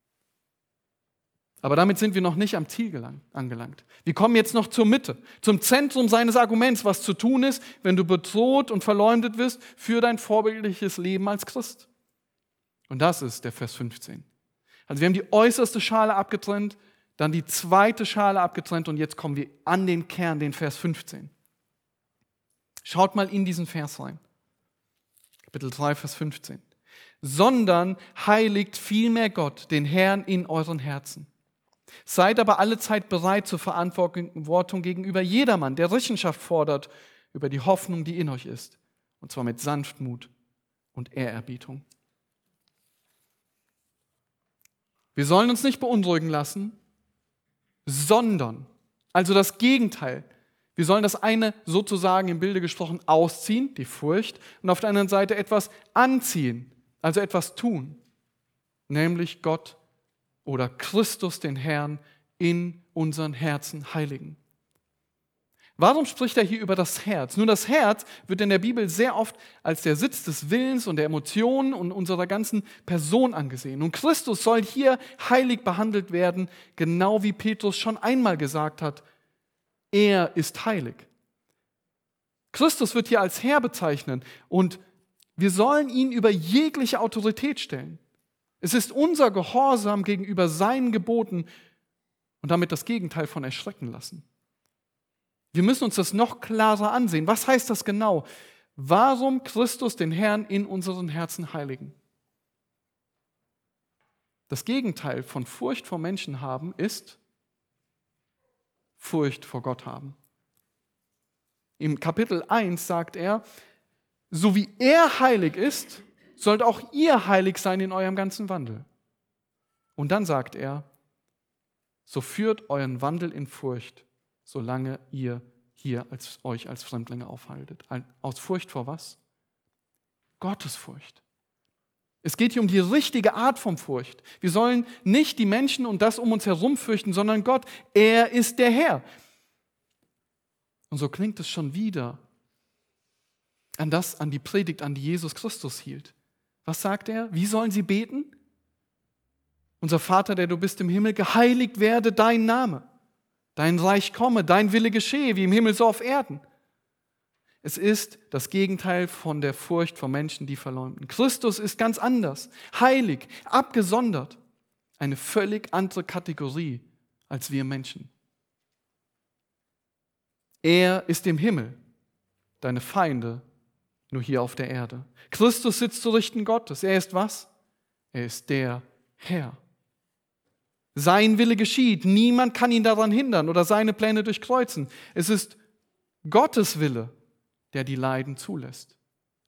Aber damit sind wir noch nicht am Ziel gelangt, angelangt. Wir kommen jetzt noch zur Mitte, zum Zentrum seines Arguments, was zu tun ist, wenn du bedroht und verleumdet wirst für dein vorbildliches Leben als Christ. Und das ist der Vers fünfzehn. Also wir haben die äußerste Schale abgetrennt, dann die zweite Schale abgetrennt und jetzt kommen wir an den Kern, den Vers fünfzehn. Schaut mal in diesen Vers rein. Kapitel drei, Vers fünfzehn. Sondern heiligt vielmehr Gott, den Herrn, in euren Herzen. Seid aber allezeit bereit zur Verantwortung gegenüber jedermann, der Rechenschaft fordert über die Hoffnung, die in euch ist. Und zwar mit Sanftmut und Ehrerbietung. Wir sollen uns nicht beunruhigen lassen, sondern, also das Gegenteil. Wir sollen das eine sozusagen im Bilde gesprochen ausziehen, die Furcht, und auf der anderen Seite etwas anziehen, also etwas tun, nämlich Gott oder Christus, den Herrn, in unseren Herzen heiligen. Warum spricht er hier über das Herz? Nun, das Herz wird in der Bibel sehr oft als der Sitz des Willens und der Emotionen und unserer ganzen Person angesehen. Und Christus soll hier heilig behandelt werden, genau wie Petrus schon einmal gesagt hat, er ist heilig. Christus wird hier als Herr bezeichnet und wir sollen ihn über jegliche Autorität stellen. Es ist unser Gehorsam gegenüber seinen Geboten und damit das Gegenteil von erschrecken lassen. Wir müssen uns das noch klarer ansehen. Was heißt das genau? Warum Christus den Herrn in unseren Herzen heiligen? Das Gegenteil von Furcht vor Menschen haben ist Furcht vor Gott haben. Im Kapitel eins sagt er, so wie er heilig ist, sollt auch ihr heilig sein in eurem ganzen Wandel. Und dann sagt er, so führt euren Wandel in Furcht, solange ihr hier als, euch als Fremdlinge aufhaltet. Aus Furcht vor was? Gottesfurcht. Es geht hier um die richtige Art von Furcht. Wir sollen nicht die Menschen und das um uns herum fürchten, sondern Gott. Er ist der Herr. Und so klingt es schon wieder an das, an die Predigt, an die Jesus Christus hielt. Was sagt er? Wie sollen sie beten? Unser Vater, der du bist im Himmel, geheiligt werde dein Name. Dein Reich komme, dein Wille geschehe, wie im Himmel so auf Erden. Es ist das Gegenteil von der Furcht vor Menschen, die verleumden. Christus ist ganz anders, heilig, abgesondert. Eine völlig andere Kategorie als wir Menschen. Er ist im Himmel, deine Feinde nur hier auf der Erde. Christus sitzt zu Richten Gottes. Er ist was? Er ist der Herr. Sein Wille geschieht. Niemand kann ihn daran hindern oder seine Pläne durchkreuzen. Es ist Gottes Wille, der die Leiden zulässt.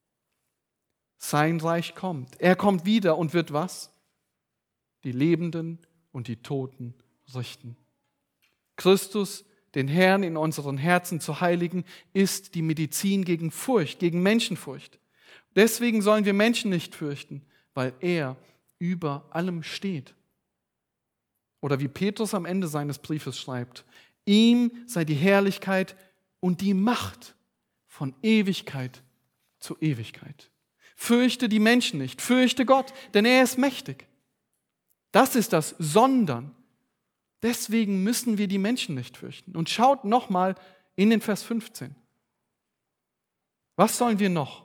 Sein Reich kommt. Er kommt wieder und wird was? Die Lebenden und die Toten richten. Christus, den Herrn in unseren Herzen zu heiligen, ist die Medizin gegen Furcht, gegen Menschenfurcht. Deswegen sollen wir Menschen nicht fürchten, weil er über allem steht. Oder wie Petrus am Ende seines Briefes schreibt, ihm sei die Herrlichkeit und die Macht von Ewigkeit zu Ewigkeit. Fürchte die Menschen nicht, fürchte Gott, denn er ist mächtig. Das ist das Sondern. Deswegen müssen wir die Menschen nicht fürchten. Und schaut nochmal in den Vers fünfzehn. Was sollen wir noch?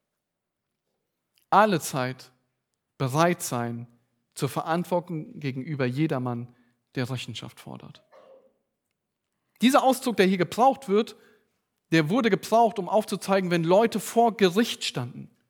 Alle Zeit bereit sein zur Verantwortung gegenüber jedermann, der Rechenschaft fordert. Dieser Ausdruck, der hier gebraucht wird, der wurde gebraucht, um aufzuzeigen, wenn Leute vor Gericht standen.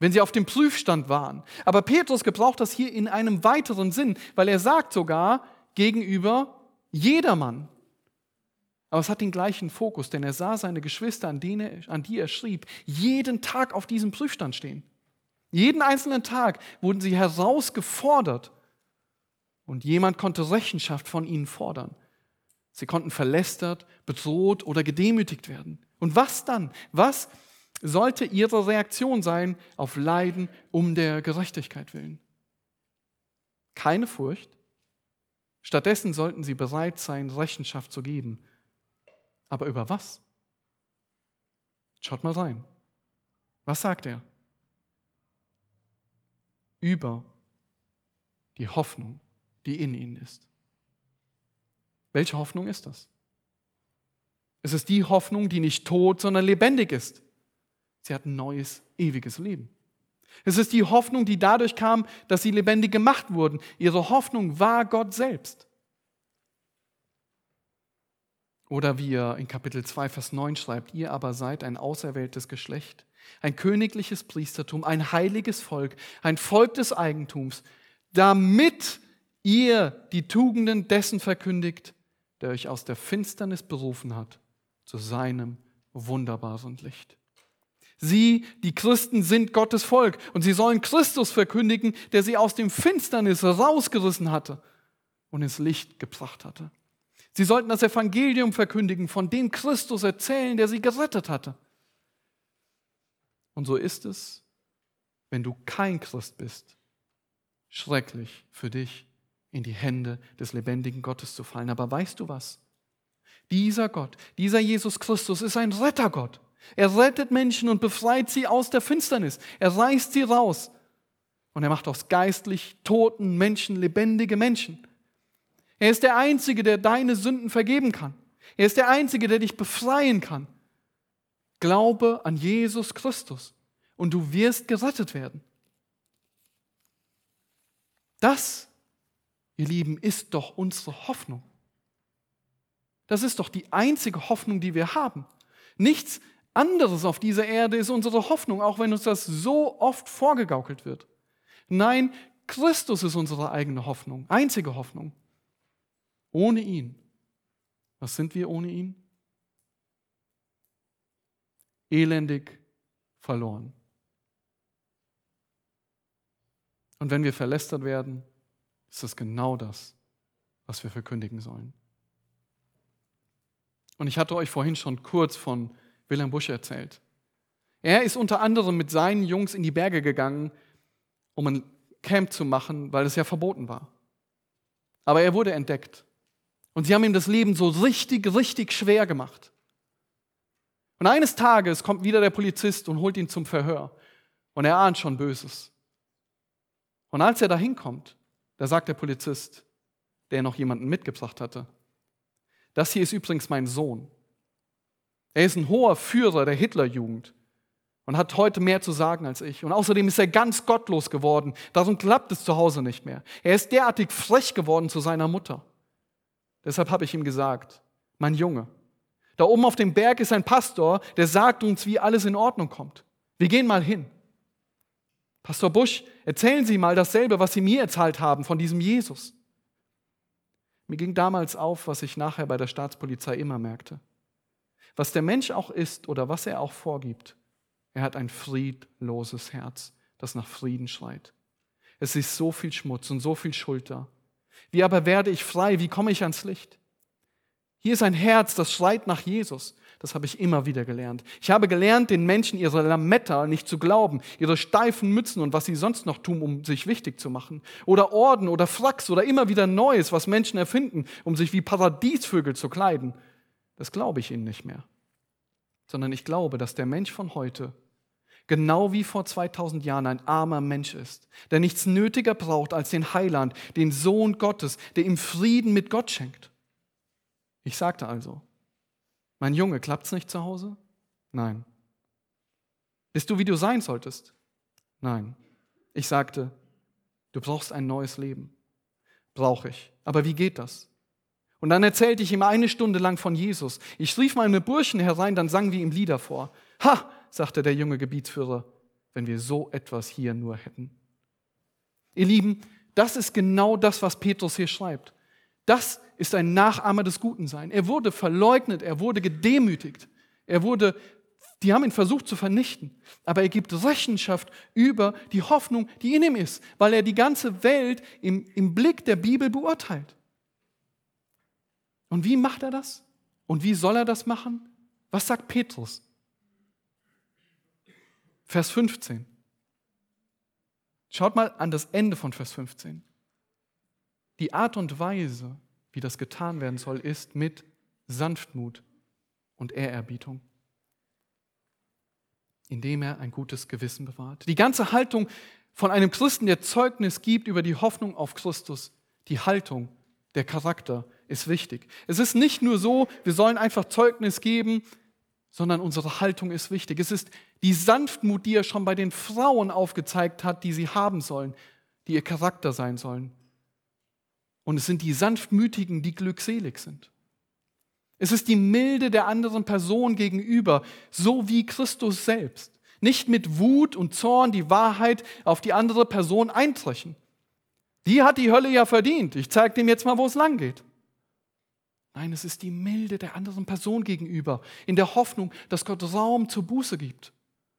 wenn sie auf dem Prüfstand waren. Aber Petrus gebraucht das hier in einem weiteren Sinn, weil er sagt sogar gegenüber jedermann. Aber es hat den gleichen Fokus, denn er sah seine Geschwister, an, denen, an die er schrieb, jeden Tag auf diesem Prüfstand stehen. Jeden einzelnen Tag wurden sie herausgefordert und jemand konnte Rechenschaft von ihnen fordern. Sie konnten verlästert, bedroht oder gedemütigt werden. Und was dann? Was sollte ihre Reaktion sein auf Leiden um der Gerechtigkeit willen? Keine Furcht. Stattdessen sollten sie bereit sein, Rechenschaft zu geben. Aber über was? Schaut mal rein. Was sagt er? Über die Hoffnung, die in ihnen ist. Welche Hoffnung ist das? Es ist die Hoffnung, die nicht tot, sondern lebendig ist. Sie hat ein neues, ewiges Leben. Es ist die Hoffnung, die dadurch kam, dass sie lebendig gemacht wurden. Ihre Hoffnung war Gott selbst. Oder wie er in Kapitel zwei, Vers neun schreibt, ihr aber seid ein auserwähltes Geschlecht, ein königliches Priestertum, ein heiliges Volk, ein Volk des Eigentums, damit ihr die Tugenden dessen verkündigt, der euch aus der Finsternis berufen hat, zu seinem wunderbaren Licht. Sie, die Christen, sind Gottes Volk und sie sollen Christus verkündigen, der sie aus dem Finsternis rausgerissen hatte und ins Licht gebracht hatte. Sie sollten das Evangelium verkündigen, von dem Christus erzählen, der sie gerettet hatte. Und so ist es, wenn du kein Christ bist, schrecklich für dich, in die Hände des lebendigen Gottes zu fallen. Aber weißt du was? Dieser Gott, dieser Jesus Christus ist ein Rettergott. Er rettet Menschen und befreit sie aus der Finsternis. Er reißt sie raus. Und er macht aus geistlich toten Menschen lebendige Menschen. Er ist der Einzige, der deine Sünden vergeben kann. Er ist der Einzige, der dich befreien kann. Glaube an Jesus Christus und du wirst gerettet werden. Das, ihr Lieben, ist doch unsere Hoffnung. Das ist doch die einzige Hoffnung, die wir haben. Nichts anderes auf dieser Erde ist unsere Hoffnung, auch wenn uns das so oft vorgegaukelt wird. Nein, Christus ist unsere eigene Hoffnung, einzige Hoffnung. Ohne ihn. Was sind wir ohne ihn? Elendig verloren. Und wenn wir verlästert werden, ist das genau das, was wir verkündigen sollen. Und ich hatte euch vorhin schon kurz von Wilhelm Busch erzählt. Er ist unter anderem mit seinen Jungs in die Berge gegangen, um ein Camp zu machen, weil es ja verboten war. Aber er wurde entdeckt. Und sie haben ihm das Leben so richtig, richtig schwer gemacht. Und eines Tages kommt wieder der Polizist und holt ihn zum Verhör. Und er ahnt schon Böses. Und als er da hinkommt, da sagt der Polizist, der noch jemanden mitgebracht hatte, das hier ist übrigens mein Sohn. Er ist ein hoher Führer der Hitlerjugend und hat heute mehr zu sagen als ich. Und außerdem ist er ganz gottlos geworden. Darum klappt es zu Hause nicht mehr. Er ist derartig frech geworden zu seiner Mutter. Deshalb habe ich ihm gesagt, mein Junge, da oben auf dem Berg ist ein Pastor, der sagt uns, wie alles in Ordnung kommt. Wir gehen mal hin. Pastor Busch, erzählen Sie mal dasselbe, was Sie mir erzählt haben von diesem Jesus. Mir ging damals auf, was ich nachher bei der Staatspolizei immer merkte. Was der Mensch auch ist oder was er auch vorgibt, er hat ein friedloses Herz, das nach Frieden schreit. Es ist so viel Schmutz und so viel Schuld da. Wie aber werde ich frei? Wie komme ich ans Licht? Hier ist ein Herz, das schreit nach Jesus. Das habe ich immer wieder gelernt. Ich habe gelernt, den Menschen ihre Lametta nicht zu glauben, ihre steifen Mützen und was sie sonst noch tun, um sich wichtig zu machen. Oder Orden oder Fracks oder immer wieder Neues, was Menschen erfinden, um sich wie Paradiesvögel zu kleiden. Das glaube ich ihnen nicht mehr. Sondern ich glaube, dass der Mensch von heute genau wie vor zweitausend Jahren ein armer Mensch ist, der nichts nötiger braucht als den Heiland, den Sohn Gottes, der ihm Frieden mit Gott schenkt. Ich sagte also, mein Junge, klappt's nicht zu Hause? Nein. Bist du, wie du sein solltest? Nein. Ich sagte, du brauchst ein neues Leben. Brauche ich. Aber wie geht das? Und dann erzählte ich ihm eine Stunde lang von Jesus. Ich rief meine Burschen herein, dann sangen wir ihm Lieder vor. Ha, sagte der junge Gebietsführer, wenn wir so etwas hier nur hätten. Ihr Lieben, das ist genau das, was Petrus hier schreibt. Das ist ein Nachahmer des Guten sein. Er wurde verleugnet, er wurde gedemütigt, er wurde, die haben ihn versucht zu vernichten, aber er gibt Rechenschaft über die Hoffnung, die in ihm ist, weil er die ganze Welt im, im Blick der Bibel beurteilt. Und wie macht er das? Und wie soll er das machen? Was sagt Petrus? Vers fünfzehn. Schaut mal an das Ende von Vers fünfzehn. Die Art und Weise, wie das getan werden soll, ist mit Sanftmut und Ehrerbietung, indem er ein gutes Gewissen bewahrt. Die ganze Haltung von einem Christen, der Zeugnis gibt über die Hoffnung auf Christus, die Haltung, der Charakter ist wichtig. Es ist nicht nur so, wir sollen einfach Zeugnis geben, sondern unsere Haltung ist wichtig. Es ist die Sanftmut, die er schon bei den Frauen aufgezeigt hat, die sie haben sollen, die ihr Charakter sein sollen. Und es sind die Sanftmütigen, die glückselig sind. Es ist die Milde der anderen Person gegenüber, so wie Christus selbst. Nicht mit Wut und Zorn die Wahrheit auf die andere Person eintrechen. Die hat die Hölle ja verdient. Ich zeige dem jetzt mal, wo es lang geht. Nein, es ist die Milde der anderen Person gegenüber, in der Hoffnung, dass Gott Raum zur Buße gibt.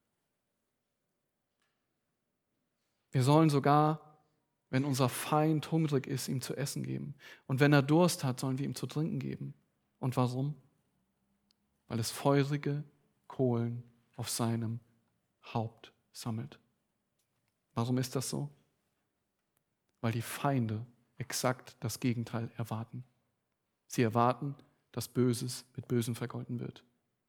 Wir sollen sogar, wenn unser Feind hungrig ist, ihm zu essen geben. Und wenn er Durst hat, sollen wir ihm zu trinken geben. Und warum? Weil es feurige Kohlen auf seinem Haupt sammelt. Warum ist das so? Weil die Feinde exakt das Gegenteil erwarten. Sie erwarten, dass Böses mit Bösem vergolten wird.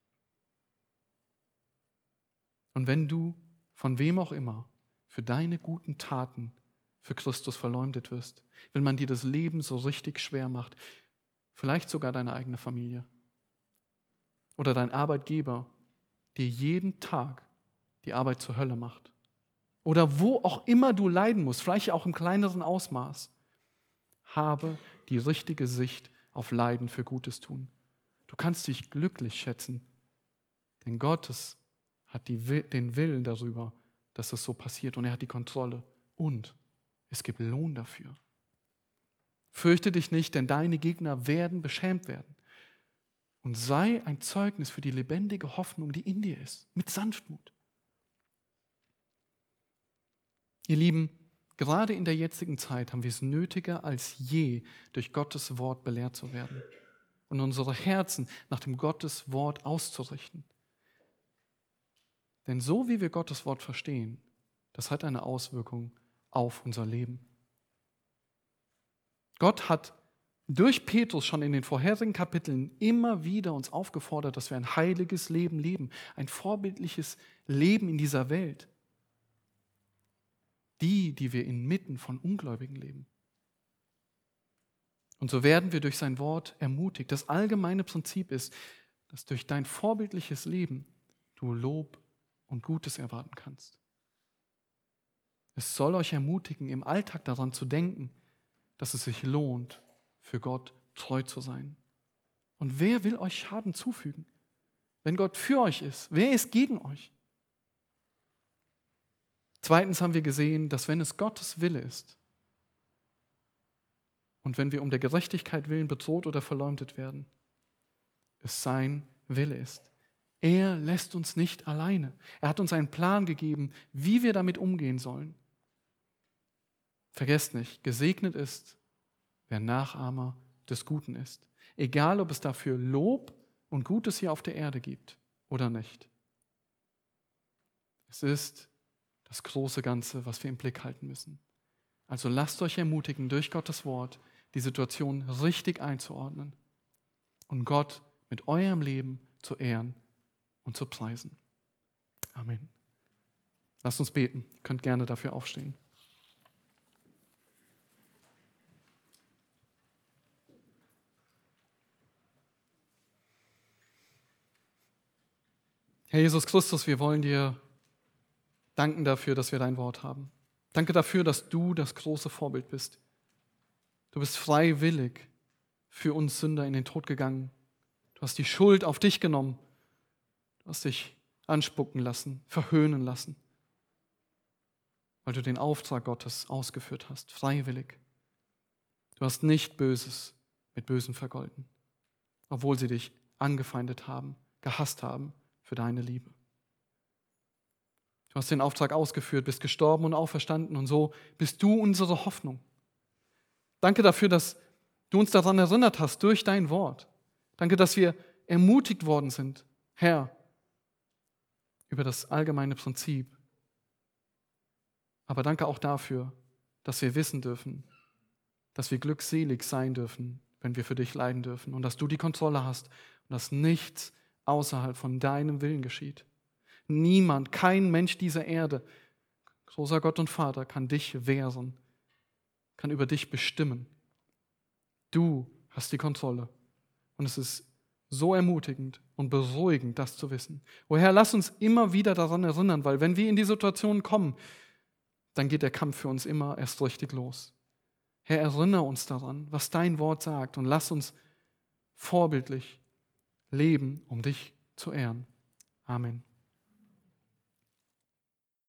Und wenn du von wem auch immer für deine guten Taten für Christus verleumdet wirst, wenn man dir das Leben so richtig schwer macht, vielleicht sogar deine eigene Familie oder dein Arbeitgeber dir jeden Tag die Arbeit zur Hölle macht oder wo auch immer du leiden musst, vielleicht auch im kleineren Ausmaß, habe die richtige Sicht auf Leiden für Gutes tun. Du kannst dich glücklich schätzen, denn Gott hat die, den Willen darüber, dass es so passiert und er hat die Kontrolle und es gibt Lohn dafür. Fürchte dich nicht, denn deine Gegner werden beschämt werden. Und sei ein Zeugnis für die lebendige Hoffnung, die in dir ist, mit Sanftmut. Ihr Lieben, gerade in der jetzigen Zeit haben wir es nötiger als je, durch Gottes Wort belehrt zu werden und unsere Herzen nach dem Gottes Wort auszurichten. Denn so wie wir Gottes Wort verstehen, das hat eine Auswirkung auf unser Leben. Gott hat durch Petrus schon in den vorherigen Kapiteln immer wieder uns aufgefordert, dass wir ein heiliges Leben leben, ein vorbildliches Leben in dieser Welt. Die, die wir inmitten von Ungläubigen leben. Und so werden wir durch sein Wort ermutigt. Das allgemeine Prinzip ist, dass durch dein vorbildliches Leben du Lob und Gutes erwarten kannst. Es soll euch ermutigen, im Alltag daran zu denken, dass es sich lohnt, für Gott treu zu sein. Und wer will euch Schaden zufügen? Wenn Gott für euch ist, wer ist gegen euch? Zweitens haben wir gesehen, dass wenn es Gottes Wille ist und wenn wir um der Gerechtigkeit willen bedroht oder verleumdet werden, es sein Wille ist. Er lässt uns nicht alleine. Er hat uns einen Plan gegeben, wie wir damit umgehen sollen. Vergesst nicht, gesegnet ist, wer Nachahmer des Guten ist. Egal, ob es dafür Lob und Gutes hier auf der Erde gibt oder nicht. Es ist das große Ganze, was wir im Blick halten müssen. Also lasst euch ermutigen, durch Gottes Wort die Situation richtig einzuordnen und Gott mit eurem Leben zu ehren und zu preisen. Amen. Lasst uns beten. Ihr könnt gerne dafür aufstehen. Herr Jesus Christus, wir wollen dir danken dafür, dass wir dein Wort haben. Danke dafür, dass du das große Vorbild bist. Du bist freiwillig für uns Sünder in den Tod gegangen. Du hast die Schuld auf dich genommen. Du hast dich anspucken lassen, verhöhnen lassen. weil du den Auftrag Gottes ausgeführt hast, freiwillig. Du hast nicht Böses mit Bösem vergolten, obwohl sie dich angefeindet haben, gehasst haben für deine Liebe. Du hast den Auftrag ausgeführt, bist gestorben und auferstanden und so bist du unsere Hoffnung. Danke dafür, dass du uns daran erinnert hast durch dein Wort. Danke, dass wir ermutigt worden sind, Herr, über das allgemeine Prinzip. Aber danke auch dafür, dass wir wissen dürfen, dass wir glückselig sein dürfen, wenn wir für dich leiden dürfen und dass du die Kontrolle hast und dass nichts außerhalb von deinem Willen geschieht. Niemand, kein Mensch dieser Erde, großer Gott und Vater, kann dich wehren, kann über dich bestimmen. Du hast die Kontrolle. Und es ist so ermutigend und beruhigend, das zu wissen. O Herr, lass uns immer wieder daran erinnern, weil wenn wir in die Situation kommen, dann geht der Kampf für uns immer erst richtig los. Herr, erinnere uns daran, was dein Wort sagt und lass uns vorbildlich leben, um dich zu ehren. Amen.